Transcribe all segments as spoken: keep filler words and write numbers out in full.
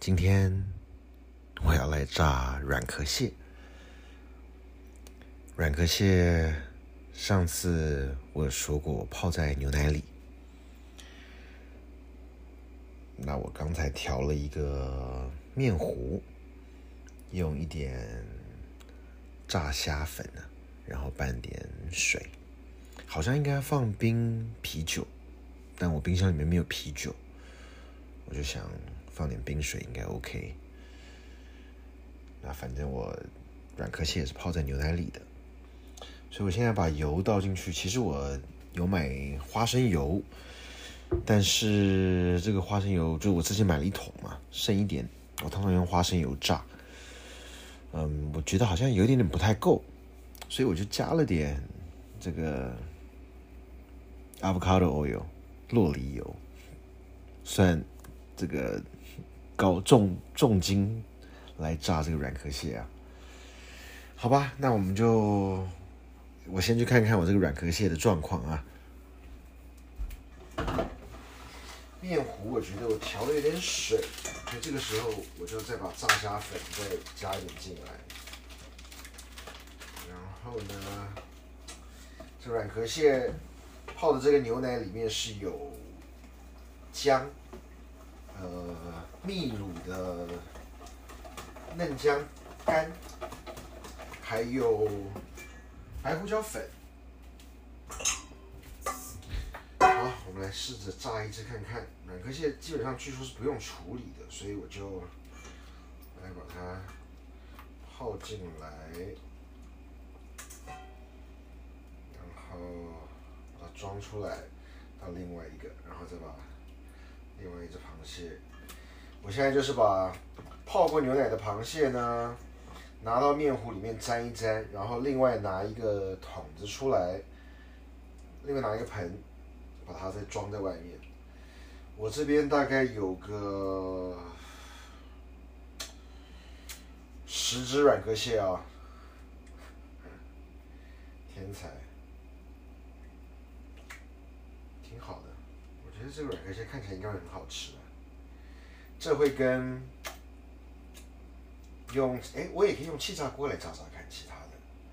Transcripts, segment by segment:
今天我要来炸软壳蟹。软壳蟹上次我有说过我泡在牛奶里，那我刚才调了一个面糊，用一点炸虾粉啊，然后拌点水，好像应该放冰啤酒，但我冰箱里面没有啤酒，我就想放点冰水应该 OK。那反正我软壳蟹也是泡在牛奶里的，所以我现在把油倒进去。其实我有买花生油，但是这个花生油就我之前买了一桶嘛，剩一点，我通常用花生油炸。嗯，我觉得好像有一点点不太够，所以我就加了点这个 avocado oil 酪梨油，算这个高重重金来炸这个软壳蟹啊。好吧，那我们就我先去看看我这个软壳蟹的状况啊。面糊我觉得我调了有点水，所以这个时候我就再把炸虾粉再加一点进来。然后呢，这软壳蟹泡的这个牛奶里面是有姜，呃，秘鲁的嫩姜干，还有白胡椒粉。好，我们来试着炸一只看看。软壳蟹基本上据说是不用处理的，所以我就来把它泡进来，然后把它装出来到另外一个，然后再把另外一只螃蟹。我现在就是把泡过牛奶的螃蟹呢，拿到面糊里面沾一沾，然后另外拿一个桶子出来，另外拿一个盆，把它再装在外面。我这边大概有个十只软壳蟹啊，天才，挺好的。我觉得这个软壳蟹看起来应该会很好吃啊。这会跟用哎，我也可以用气炸锅来炸炸看其他的。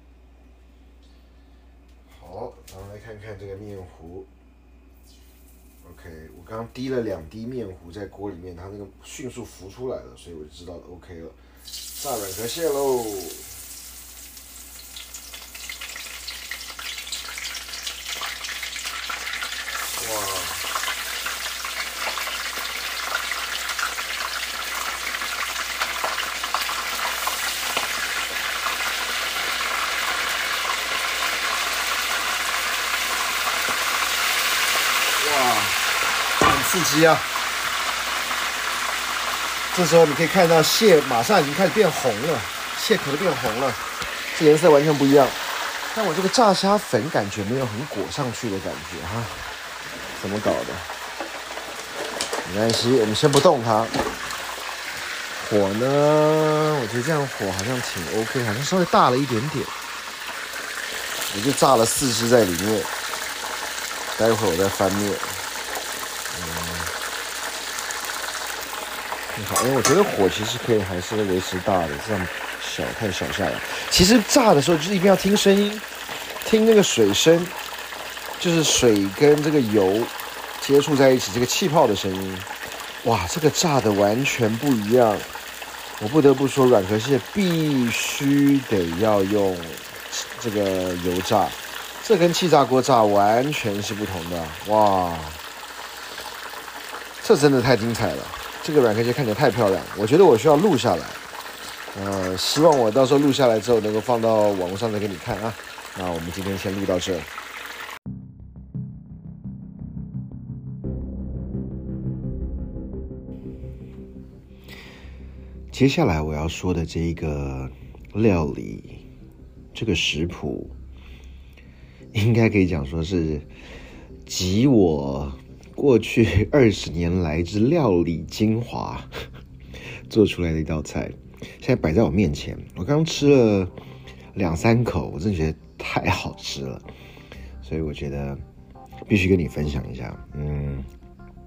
好，咱们来看看这个面糊。OK， 我刚刚滴了两滴面糊在锅里面，它那个迅速浮出来了，所以我就知道 OK 了。炸软壳蟹喽！哇！刺激啊！这时候你可以看到蟹马上已经开始变红了，蟹壳变红了，这颜色完全不一样。但我这个炸虾粉感觉没有很裹上去的感觉哈，怎么搞的？没关系，我们先不动它。火呢，我觉得这样火好像挺 OK， 好像稍微大了一点点。我就炸了四只在里面，待会儿我再翻面。好，因为我觉得火其实可以还是维持大的，这样小太小下来。其实炸的时候就是一定要听声音，听那个水声，就是水跟这个油接触在一起，这个气泡的声音。哇，这个炸的完全不一样。我不得不说，软壳蟹必须得要用这个油炸，这跟气炸锅炸完全是不同的。哇，这真的太精彩了。这个软壳蟹看起来太漂亮，我觉得我需要录下来，呃，希望我到时候录下来之后能够放到网络上再给你看啊。那我们今天先录到这。接下来我要说的这一个料理，这个食谱，应该可以讲说是集我过去二十年来之料理精华做出来的一道菜，现在摆在我面前。我刚吃了两三口，我真的觉得太好吃了，所以我觉得必须跟你分享一下。嗯，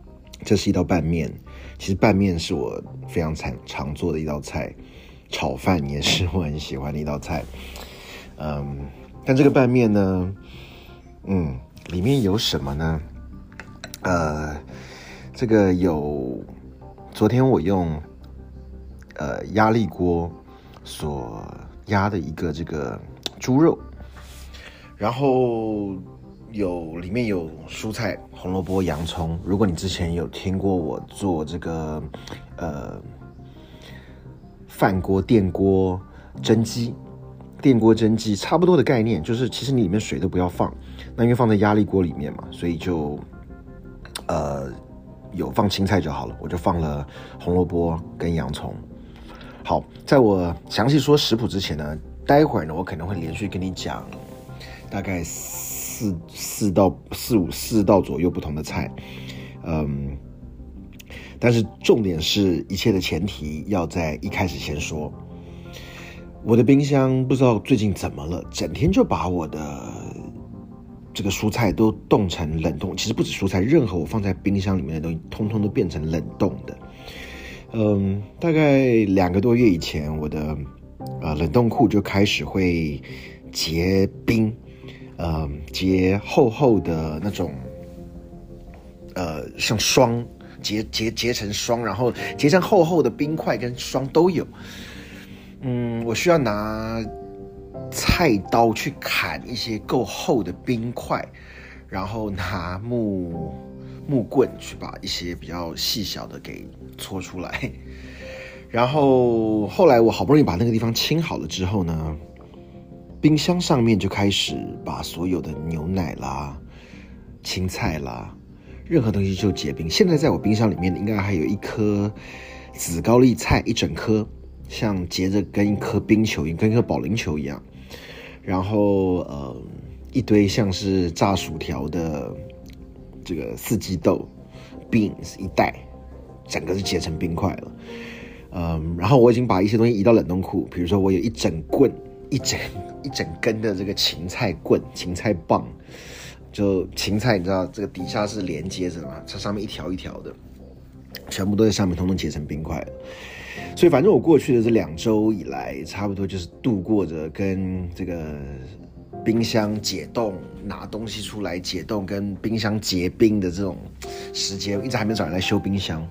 这是一道拌面，其实拌面是我非常常常做的一道菜，炒饭也是我很喜欢的一道菜。嗯，但这个拌面呢，嗯，里面有什么呢？呃，这个有，昨天我用呃压力锅所压的一个这个猪肉，然后有里面有蔬菜，红萝卜、洋葱。如果你之前有听过我做这个呃饭锅、电锅、蒸鸡。电锅蒸鸡差不多的概念，就是其实你里面水都不要放，那因为放在压力锅里面嘛，所以就呃有放青菜就好了。我就放了红萝卜跟洋葱。好，在我详细说食谱之前呢，待会儿呢我可能会连续跟你讲大概四四到四五四道左右不同的菜，嗯，但是重点是一切的前提要在一开始先说。我的冰箱不知道最近怎么了，整天就把我的这个蔬菜都冻成冷冻。其实不止蔬菜，任何我放在冰箱里面的东西，通通都变成冷冻的。嗯，大概两个多月以前，我的呃冷冻库就开始会结冰，呃，结厚厚的那种，呃，像霜，结结结成霜，然后结成厚厚的冰块跟霜都有。嗯，我需要拿菜刀去砍一些够厚的冰块，然后拿木木棍去把一些比较细小的给搓出来。然后后来我好不容易把那个地方清好了之后呢，冰箱上面就开始把所有的牛奶啦、青菜啦，任何东西就结冰。现在在我冰箱里面应该还有一颗紫高丽菜，一整颗。像结着跟一颗冰球，跟一颗保龄球一样，然后呃一堆像是炸薯条的这个四季豆 beans 一袋，整个是结成冰块了。嗯，然后我已经把一些东西移到冷冻库，比如说我有一整棍、一整一整根的这个芹菜棍、芹菜棒，就芹菜你知道这个底下是连接着的嘛，它上面一条一条的，全部都在上面，通通结成冰块了。所以反正我过去的这两周以来，差不多就是度过着跟这个冰箱解冻、拿东西出来解冻跟冰箱结冰的这种时间，一直还没找人来修冰箱。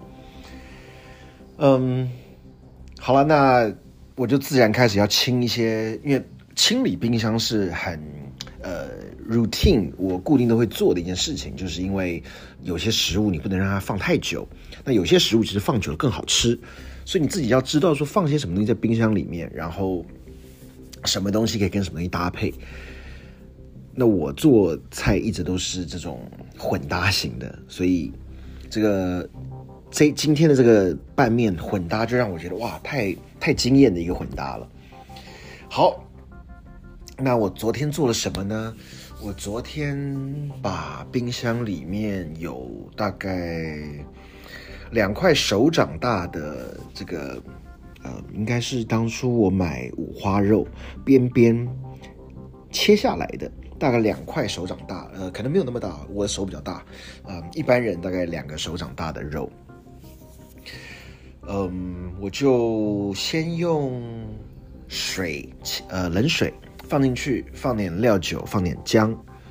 嗯，好了，那我就自然开始要清一些，因为清理冰箱是很呃 routine， 我固定都会做的一件事情，就是因为有些食物你不能让它放太久，那有些食物其实放久了更好吃。所以你自己要知道说放些什么东西在冰箱里面，然后什么东西可以跟什么东西搭配。那我做菜一直都是这种混搭型的，所以这个这今天的这个拌面混搭就让我觉得哇，太太惊艳的一个混搭了。好，那我昨天做了什么呢？我昨天把冰箱里面有大概两块手掌大的这个，呃，应该是当初我买五花肉边边切下来的，大概两块手掌大，呃，可能没有那么大，我的手比较大，呃，一般人大概两个手掌大的肉。嗯，我就先用水，呃，冷水放进去，放点料酒，放点姜，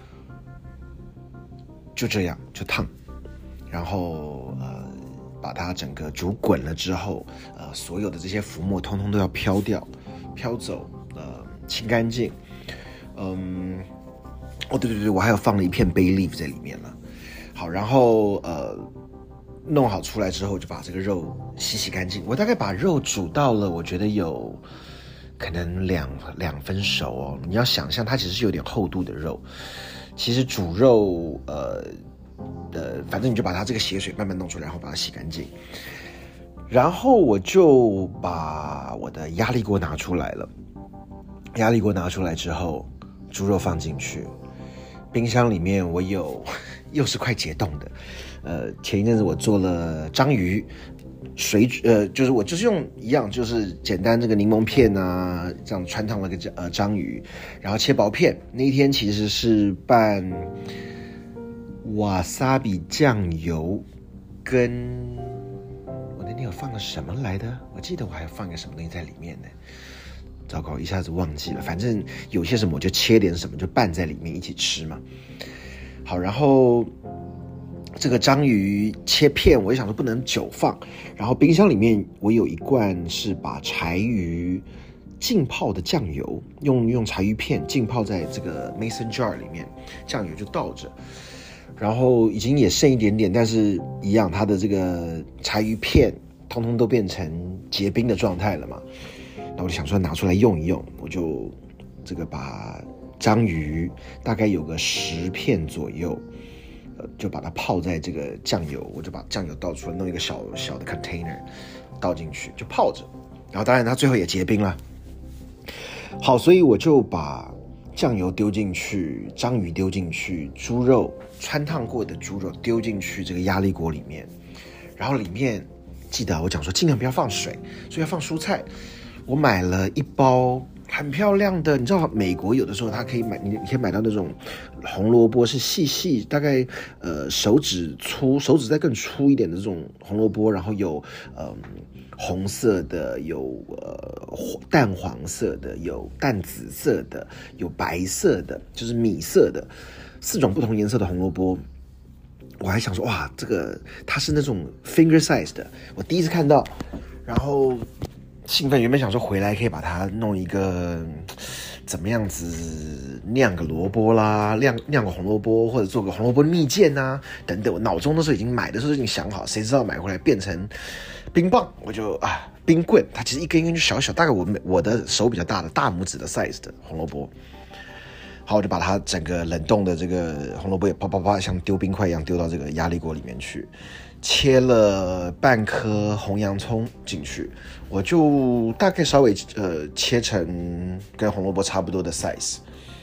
就这样就烫，然后呃。把它整个煮滚了之后，呃，所有的这些浮沫通通都要飘掉、飘走，呃，清干净。嗯，哦，对对对，我还有放了一片 bay leaf 在里面了。好，然后呃，弄好出来之后，就把这个肉洗洗干净。我大概把肉煮到了，我觉得有可能两两分熟哦。你要想象，它其实是有点厚度的肉。其实煮肉，呃。呃，反正你就把它这个血水慢慢弄出来，然后把它洗干净。然后我就把我的压力锅拿出来了。压力锅拿出来之后，猪肉放进去。冰箱里面我有，又是快解冻的。呃，前一阵子我做了章鱼水，呃，就是我就是用一样，就是简单这个柠檬片啊，这样穿烫了个呃章鱼，然后切薄片。那一天其实是拌瓦萨比酱油根，我那天有放了什么来的？我记得我还放个什么东西在里面呢。糟糕，一下子忘记了。反正有些什么我就切点什么，就拌在里面一起吃嘛。好，然后这个章鱼切片，我也想说不能久放。然后冰箱里面我有一罐是把柴鱼浸泡的酱油，用用柴鱼片浸泡在这个 mason jar 里面，酱油就倒着。然后已经也剩一点点，但是一样，它的这个柴鱼片通通都变成结冰的状态了嘛。那我就想说拿出来用一用，我就这个把章鱼大概有个十片左右，呃，就把它泡在这个酱油，我就把酱油倒出来，弄一个小小的 container 倒进去，就泡着。然后当然它最后也结冰了。好，所以我就把酱油丢进去，章鱼丢进去，猪肉穿烫过的猪肉丢进去这个压力锅里面，然后里面记得我讲说尽量不要放水，所以要放蔬菜。我买了一包很漂亮的，你知道美国有的时候它可以买，你可以买到那种红萝卜是细细，大概呃手指粗，手指再更粗一点的这种红萝卜，然后有呃红色的，有呃淡黄色的，有淡紫色的，有白色的，就是米色的，四种不同颜色的红萝卜。我还想说哇，这个它是那种 finger size 的，我第一次看到，然后兴奋，原本想说回来可以把它弄一个怎么样子酿个萝卜啦，酿酿个红萝卜，或者做个红萝卜蜜饯啊等等。我脑中都是已经买的时候已经想好，谁知道买回来变成冰棒，我就啊冰棍，它其实一根一根就小小，大概我我的手比较大的大拇指的 size 的红萝卜。好，我就把它整个冷冻的这个红萝卜也啪啪啪像丢冰块一样丢到这个压力锅里面去。切了半颗红洋葱进去，我就大概稍微呃切成跟红萝卜差不多的 size。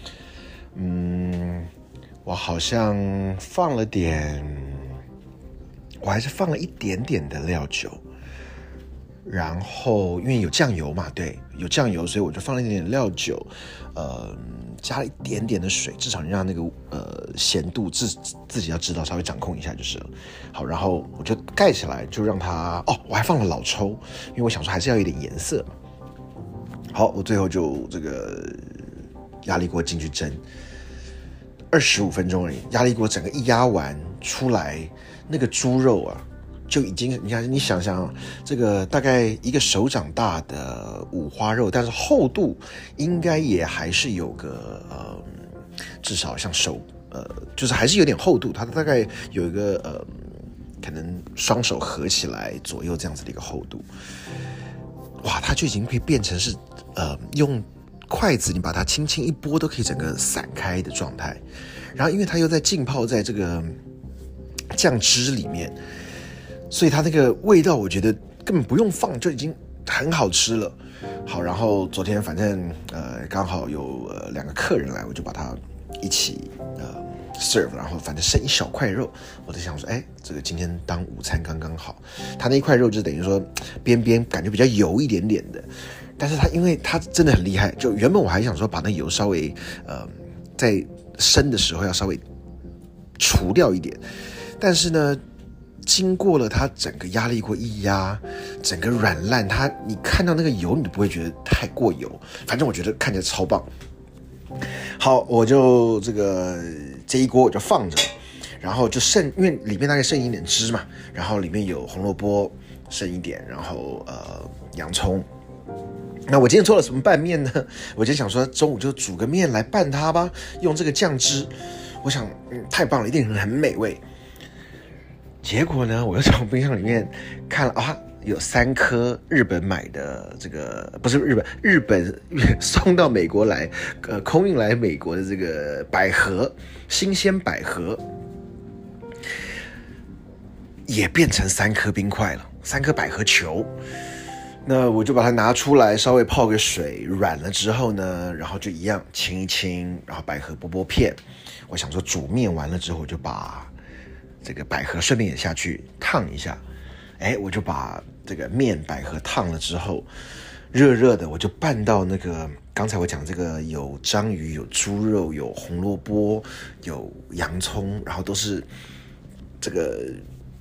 嗯，我好像放了点，我还是放了一点点的料酒，然后因为有酱油嘛，对，有酱油，所以我就放了一点点料酒，呃，加了一点点的水，至少让那个呃咸度自自己要知道，稍微掌控一下就是了。好，然后我就盖起来，就让它哦，我还放了老抽，因为我想说还是要有点颜色嘛。好，我最后就这个压力锅进去蒸，二十五分钟而已。压力锅整个一压完出来，那个猪肉啊。就已经，你看，你想想，这个大概一个手掌大的五花肉，但是厚度应该也还是有个呃，至少像手呃，就是还是有点厚度，它大概有一个呃，可能双手合起来左右这样子的一个厚度。哇，它就已经可以变成是呃，用筷子你把它轻轻一拨都可以整个散开的状态。然后因为它又在浸泡在这个酱汁里面。所以它那个味道，我觉得根本不用放就已经很好吃了。好，然后昨天反正呃刚好有呃两个客人来，我就把它一起呃 serve， 然后反正剩一小块肉，我在想说，哎，这个今天当午餐刚刚好。它那一块肉就等于说边边感觉比较油一点点的，但是它因为它真的很厉害，就原本我还想说把那油稍微呃在生的时候要稍微除掉一点，但是呢。经过了它整个压力锅一压，整个软烂，它你看到那个油，你都不会觉得太过油。反正我觉得看起来超棒。好，我就这个这一锅我就放着，然后就剩，因为里面大概剩一点汁嘛，然后里面有红萝卜剩一点，然后呃洋葱。那我今天做了什么拌面呢？我就想说中午就煮个面来拌它吧，用这个酱汁，我想嗯太棒了，一定很美味。结果呢，我又从冰箱里面看了啊，有三颗日本买的这个不是日本，日本送到美国来，呃，空运来美国的这个百合，新鲜百合，也变成三颗冰块了，三颗百合球。那我就把它拿出来，稍微泡个水，软了之后呢，然后就一样清一清，然后百合剥剥片。我想说煮面完了之后，我就把这个百合顺便也下去烫一下，哎，我就把这个面百合烫了之后，热热的我就拌到那个刚才我讲这个有章鱼、有猪肉、有红萝卜、有洋葱，然后都是这个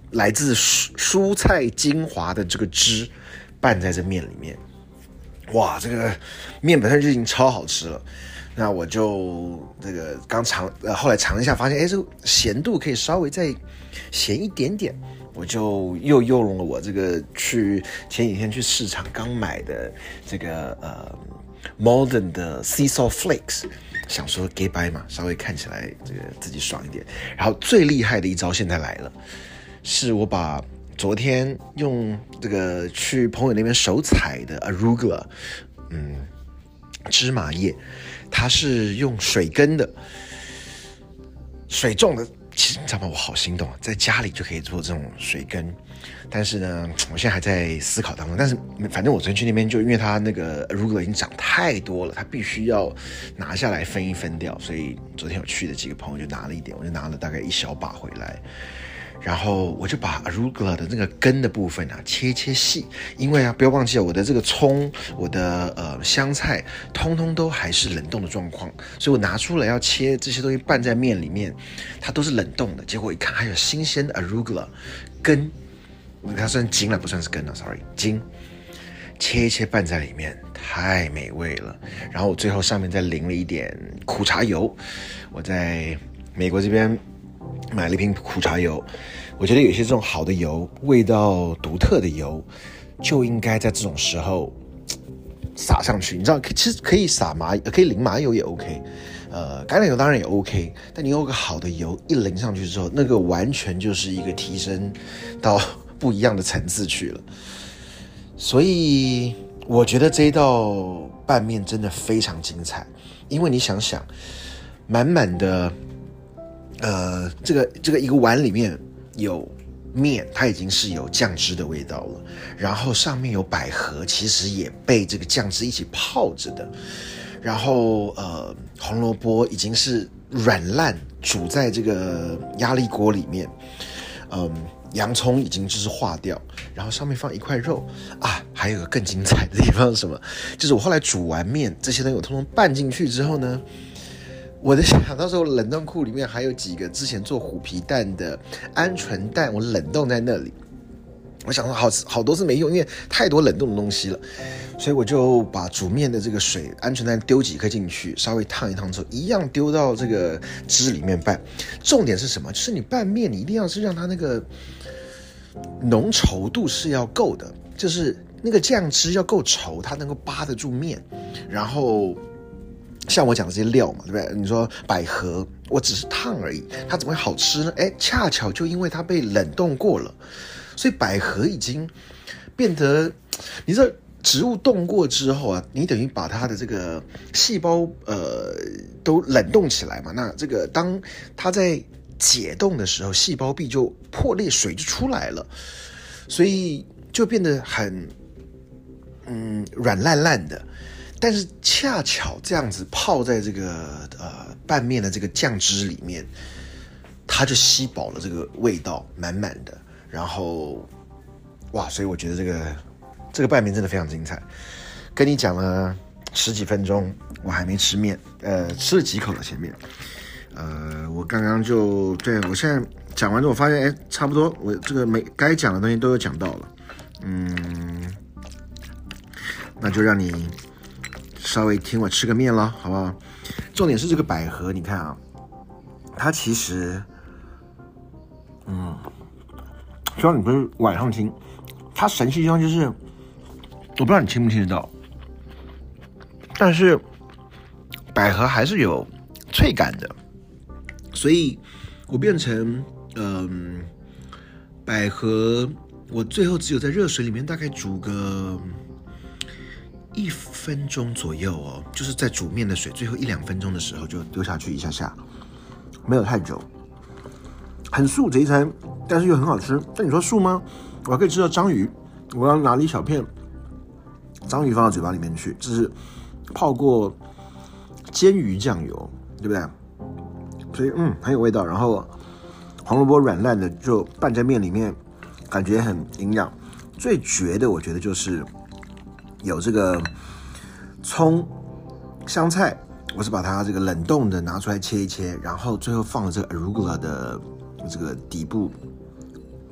来自蔬菜精华的这个汁拌在这面里面。哇，这个面本身就已经超好吃了。那我就这个刚尝，呃，后来尝一下，发现，哎，这个咸度可以稍微再咸一点点。我就又用了我这个去前几天去市场刚买的这个呃 Modern 的 Sea Salt Flakes， 想说 get by 嘛，稍微看起来这个自己爽一点。然后最厉害的一招现在来了，是我把昨天用这个去朋友那边手采的 arugula， 嗯，芝麻叶，它是用水耕的，水种的。其实你知道吗？我好心动啊，在家里就可以做这种水耕，但是呢，我现在还在思考当中。但是反正我昨天去那边，就因为它那个 arugula 已经长太多了，它必须要拿下来分一分掉，所以昨天有去的几个朋友就拿了一点，我就拿了大概一小把回来。然后我就把 arugula 的那个根的部分啊切一切细，因为啊不要忘记了我的这个葱、我的呃香菜，通通都还是冷冻的状况，所以我拿出来要切这些东西拌在面里面，它都是冷冻的。结果一看还有新鲜的 arugula 根，它算茎了，不算是根了 ，sorry， 茎，切一切拌在里面，太美味了。然后我最后上面再淋了一点苦茶油，我在美国这边买了一瓶苦茶油，我觉得有些这种好的油，味道独特的油，就应该在这种时候撒上去。你知道，其实可以撒麻，可以淋麻油也 OK， 呃，橄榄油当然也 OK， 但你有个好的油一淋上去之后，那个完全就是一个提升到不一样的层次去了。所以我觉得这一道拌面真的非常精彩，因为你想想，满满的。呃，这个这个一个碗里面有面，它已经是有酱汁的味道了，然后上面有百合，其实也被这个酱汁一起泡着的，然后呃红萝卜已经是软烂煮在这个压力锅里面，嗯，洋葱已经就是化掉，然后上面放一块肉啊，还有一个更精彩的地方是什么？就是我后来煮完面，这些东西我通通拌进去之后呢。我在想到时候冷冻库里面还有几个之前做虎皮蛋的鹌鹑蛋，我冷冻在那里。我想说好好多次没用，因为太多冷冻的东西了，所以我就把煮面的这个水鹌鹑蛋丢几颗进去，稍微烫一烫之后，一样丢到这个汁里面拌。重点是什么？就是你拌面，你一定要是让它那个浓稠度是要够的，就是那个酱汁要够稠，它能够扒得住面，然后。像我讲的这些料嘛，对不对？你说百合，我只是烫而已，它怎么会好吃呢？哎，恰巧就因为它被冷冻过了，所以百合已经变得，你知道，植物冻过之后啊，你等于把它的这个细胞呃都冷冻起来嘛，那这个当它在解冻的时候，细胞壁就破裂，水就出来了，所以就变得很嗯软烂烂的。但是恰巧这样子泡在这个呃拌面的这个酱汁里面，它就吸饱了这个味道，满满的。然后哇，所以我觉得这个这个拌面真的非常精彩。跟你讲了十几分钟，我还没吃面，呃，吃了几口了前面。呃，我刚刚就对我现在讲完之后，我发现哎，差不多，我这个没该讲的东西都有讲到了。嗯，那就让你。稍微听我吃个面了，好不好？重点是这个百合，你看啊，它其实，嗯，希望你不是晚上听，它神奇地方就是，我不知道你听不听得到，但是百合还是有脆感的，所以我变成嗯，百合，我最后只有在热水里面大概煮个。一分钟左右哦，就是在煮面的水最后一两分钟的时候就丢下去一下下，没有太久，很素这一餐，但是又很好吃。但你说素吗？我还可以吃到章鱼，我要拿了一小片章鱼放到嘴巴里面去，这是泡过煎鱼酱油，对不对？所以嗯很有味道。然后红萝卜软烂的就拌在面里面，感觉很营养。最绝的我觉得就是。有这个葱、香菜，我是把它这个冷冻的拿出来切一切，然后最后放了这个 arugula 的这个底部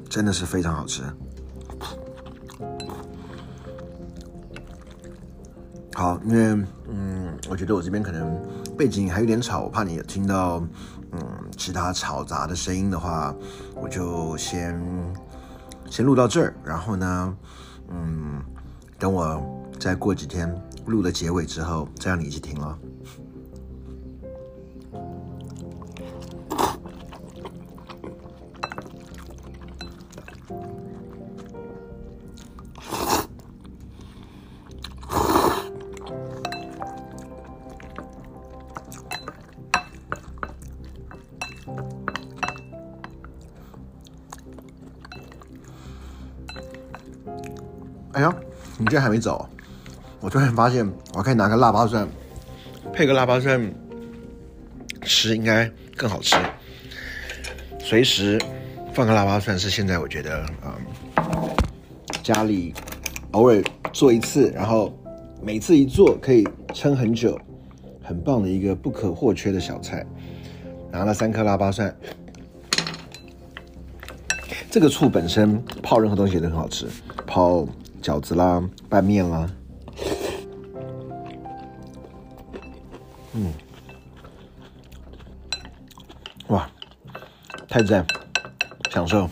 真的是非常好吃。好，因为嗯，我觉得我这边可能背景还有点吵，我怕你有听到嗯其他嘈杂的声音的话，我就先先录到这儿，然后呢，嗯，等我再过几天录了结尾之后，再让你一起听了。哎呀，你居然还没走！我突然发现，我可以拿个腊八蒜，配个腊八蒜吃，应该更好吃。随时放个腊八蒜是现在我觉得，嗯，家里偶尔做一次，然后每次一做可以撑很久，很棒的一个不可或缺的小菜。拿了三颗腊八蒜，这个醋本身泡任何东西都很好吃，泡饺子啦，拌面啦，嗯，哇，太赞，享受。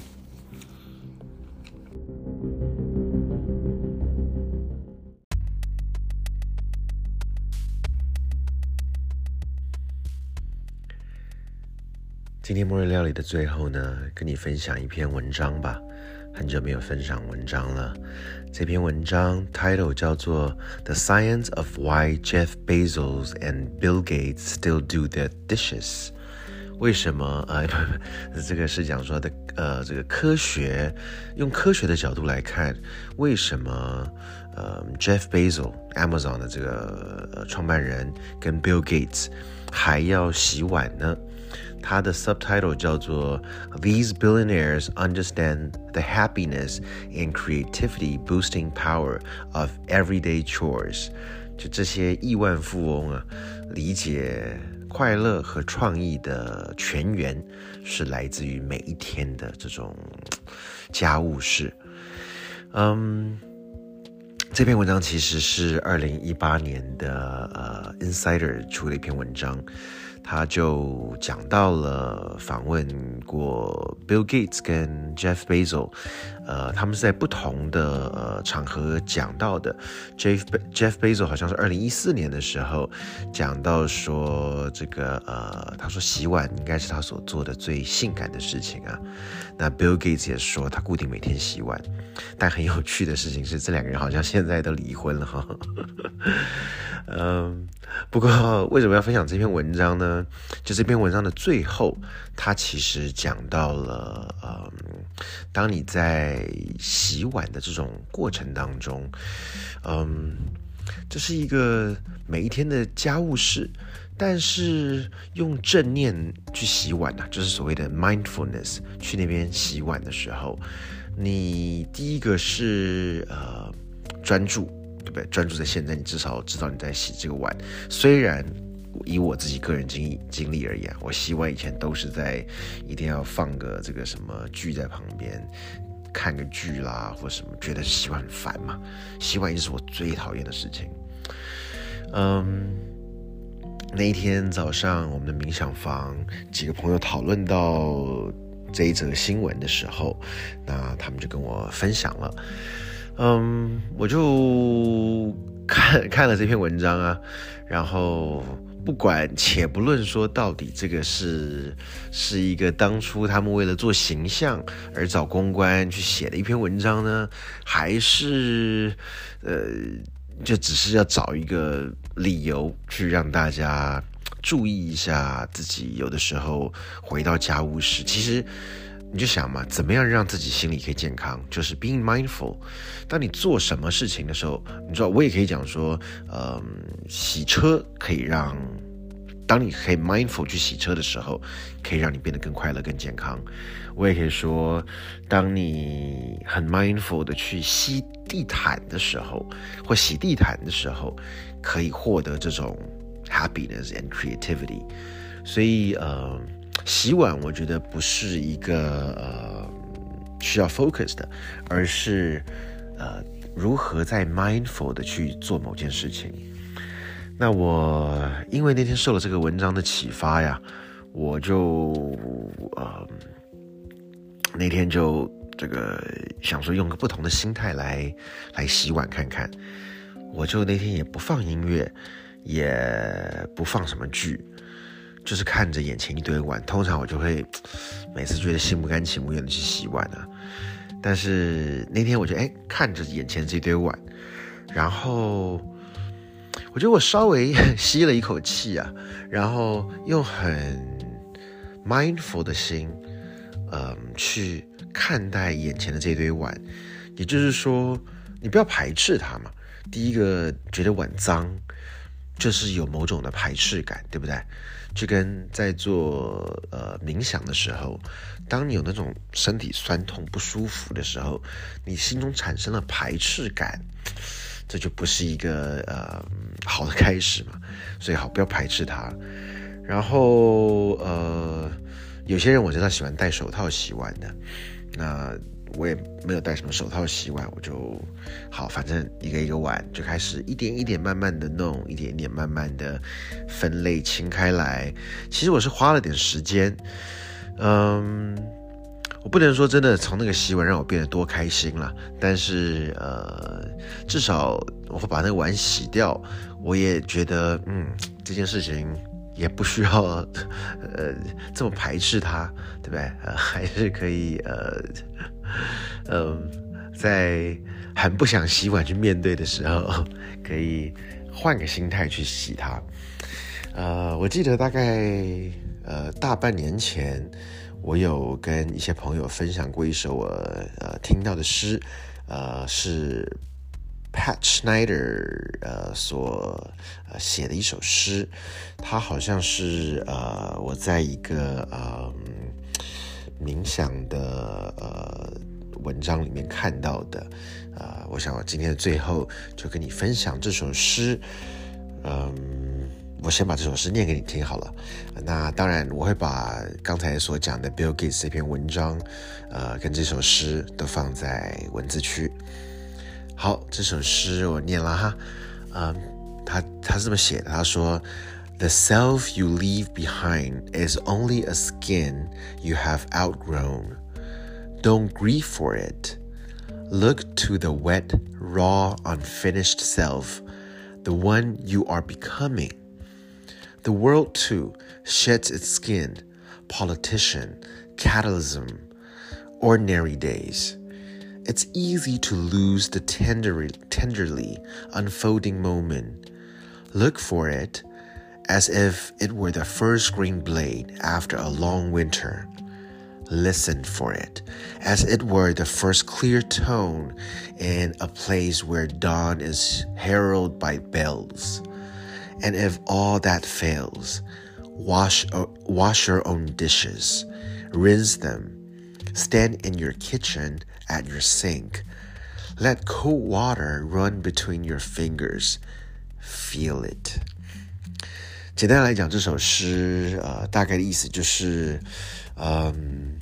今天末日料理的最后呢，跟你分享一篇文章吧。很久没有分享文章了。这篇文章 title 叫做 The Science of Why Jeff Bezos and Bill Gates Still Do Their Dishes。 为什么呃，不不，这个是讲说的呃，这个科学，用科学的角度来看，为什么呃 Jeff Bezos Amazon 的这个、呃、创办人跟 Bill Gates 还要洗碗呢？它的 subtitle 叫做 These billionaires understand the happiness and creativity boosting power of everyday chores。 就这些亿万富翁啊，理解快乐和创意的泉源是来自于每一天的这种家务事。嗯，这篇文章其实是二零一八年的呃 Insider 出了一篇文章。他就讲到了访问过 Bill Gates 跟 Jeff Bezos， 呃，他们是在不同的呃场合讲到的。Jeff Jeff Bezos 好像是二零一四年的时候讲到说，这个呃，他说洗碗应该是他所做的最性感的事情啊。那 Bill Gates 也说他固定每天洗碗，但很有趣的事情是，这两个人好像现在都离婚了哈。嗯，不过为什么要分享这篇文章呢？就这篇文章的最后，他其实讲到了，嗯，当你在洗碗的这种过程当中，嗯，这是一个每一天的家务事，但是用正念去洗碗啊，就是所谓的 mindfulness， 去那边洗碗的时候，你第一个是呃专注。对不对？专注在现在，你至少知道你在洗这个碗。虽然以我自己个人经历经历而言，我洗碗以前都是在一定要放个这个什么剧在旁边，看个剧啦或什么，觉得洗碗很烦嘛。洗碗一直是我最讨厌的事情。嗯，那一天早上，我们的冥想房几个朋友讨论到这一则新闻的时候，那他们就跟我分享了。嗯，我就看看了这篇文章啊，然后不管且不论说到底这个是是一个当初他们为了做形象而找公关去写的一篇文章呢，还是呃就只是要找一个理由去让大家注意一下自己有的时候回到家务事，其实你就想嘛，怎么样让自己心里可以健康，就是 being mindful。 当你做什么事情的时候，你知道我也可以讲说呃，洗车可以让当你可以 mindful 去洗车的时候，可以让你变得更快乐更健康。我也可以说，当你很 mindful 的去吸地毯的时候，或洗地毯的时候，可以获得这种 happiness and creativity。 所以呃洗碗我觉得不是一个呃需要 focus 的，而是呃如何在 mindful 的去做某件事情。那我因为那天受了这个文章的启发呀，我就呃那天就这个想说用个不同的心态来来洗碗看看。我就那天也不放音乐，也不放什么剧，就是看着眼前一堆碗。通常我就会每次觉得心不甘情不愿的去洗碗啊，但是那天我就哎看着眼前这堆碗，然后我觉得我稍微吸了一口气啊，然后用很 mindful 的心，嗯，去看待眼前的这堆碗。也就是说，你不要排斥它嘛。第一个觉得碗脏，就是有某种的排斥感，对不对？就跟在做呃冥想的时候，当你有那种身体酸痛不舒服的时候，你心中产生了排斥感，这就不是一个呃好的开始嘛。所以好，不要排斥它。然后呃，有些人我知道喜欢戴手套洗碗的，那我也没有戴什么手套洗碗，我就好，反正一个一个碗就开始一点一点慢慢的弄，一点一点慢慢的分类清开来。其实我是花了点时间，嗯，我不能说真的从那个洗碗让我变得多开心啦，但是呃，至少我会把那个碗洗掉，我也觉得嗯这件事情也不需要呃这么排斥它，对不对？呃，还是可以呃呃在很不想洗碗去面对的时候，可以换个心态去洗它。呃，我记得大概呃大半年前，我有跟一些朋友分享过一首我呃听到的诗，呃是Pat Schneider 呃所呃写的一首诗，它好像是呃我在一个呃冥想的呃文章里面看到的，呃我想我今天的最后就跟你分享这首诗。嗯，我先把这首诗念给你听好了。那当然我会把刚才所讲的 Bill Gates 这篇文章呃跟这首诗都放在文字区。好，这首诗我念了哈，嗯，他他是这么写的，他说 The self you leave behind is only a skin you have outgrown. Don't grieve for it. Look to the wet, raw, unfinished self, the one you are becoming. The world too sheds its skin, politician, catalysm, ordinary days.It's easy to lose the tenderly, tenderly unfolding moment. Look for it as if it were the first green blade after a long winter. Listen for it as it were the first clear tone in a place where dawn is heralded by bells. And if all that fails, wash, wash your own dishes, rinse them.Stand in your kitchen at your sink. Let cold water run between your fingers. Feel it. 简单来讲，这首诗呃大概的意思就是，嗯，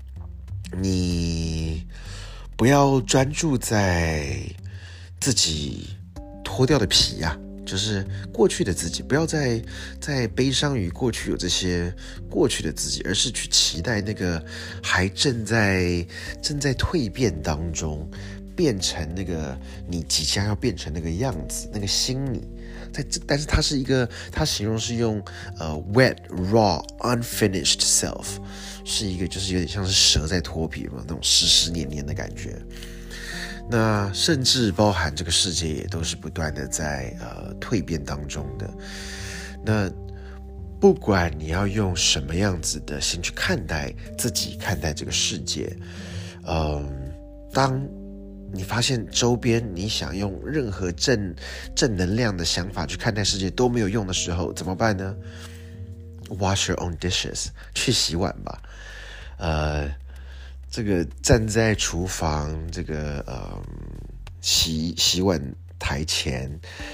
你不要专注在自己脱掉的皮呀、啊。就是过去的自己，不要再再悲伤于过去有这些过去的自己，而是去期待那个还正在正在蜕变当中，变成那个你即将要变成那个样子，那个新你。在这，但是它是一个，它形容是用呃 wet, raw, unfinished self， 是一个就是有点像是蛇在脱皮嘛，那种湿湿黏黏的感觉。那甚至包含这个世界也都是不断的在呃蜕变当中的。那不管你要用什么样子的心去看待自己，看待这个世界，嗯，当你发现周边你想用任何正正能量的想法去看待世界都没有用的时候，怎么办呢？ Wash your own dishes， 去洗碗吧。呃。这个站在厨房这个呃洗洗碗台前，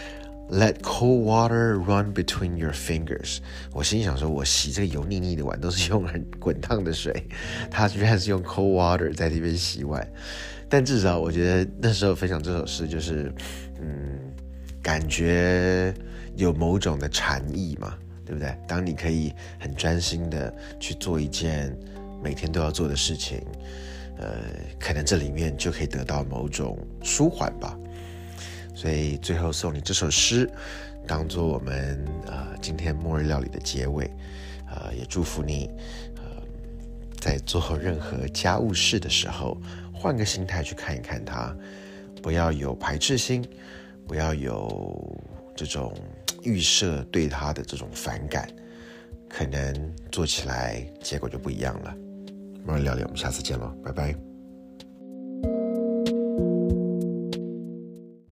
Let cold water run between your fingers。我心想说，我洗这个油腻腻的碗都是用很滚烫的水，他居然是用 cold water 在这边洗碗。但至少我觉得那时候分享这首诗，就是嗯，感觉有某种的禅意嘛，对不对？当你可以很专心的去做一件每天都要做的事情，呃，可能这里面就可以得到某种舒缓吧。所以最后送你这首诗，当做我们呃今天末日料理的结尾，呃，也祝福你，呃，在做任何家务事的时候，换个心态去看一看它，不要有排斥心，不要有这种预设对它的这种反感，可能做起来结果就不一样了。末日料理，我们下次见咯，拜拜。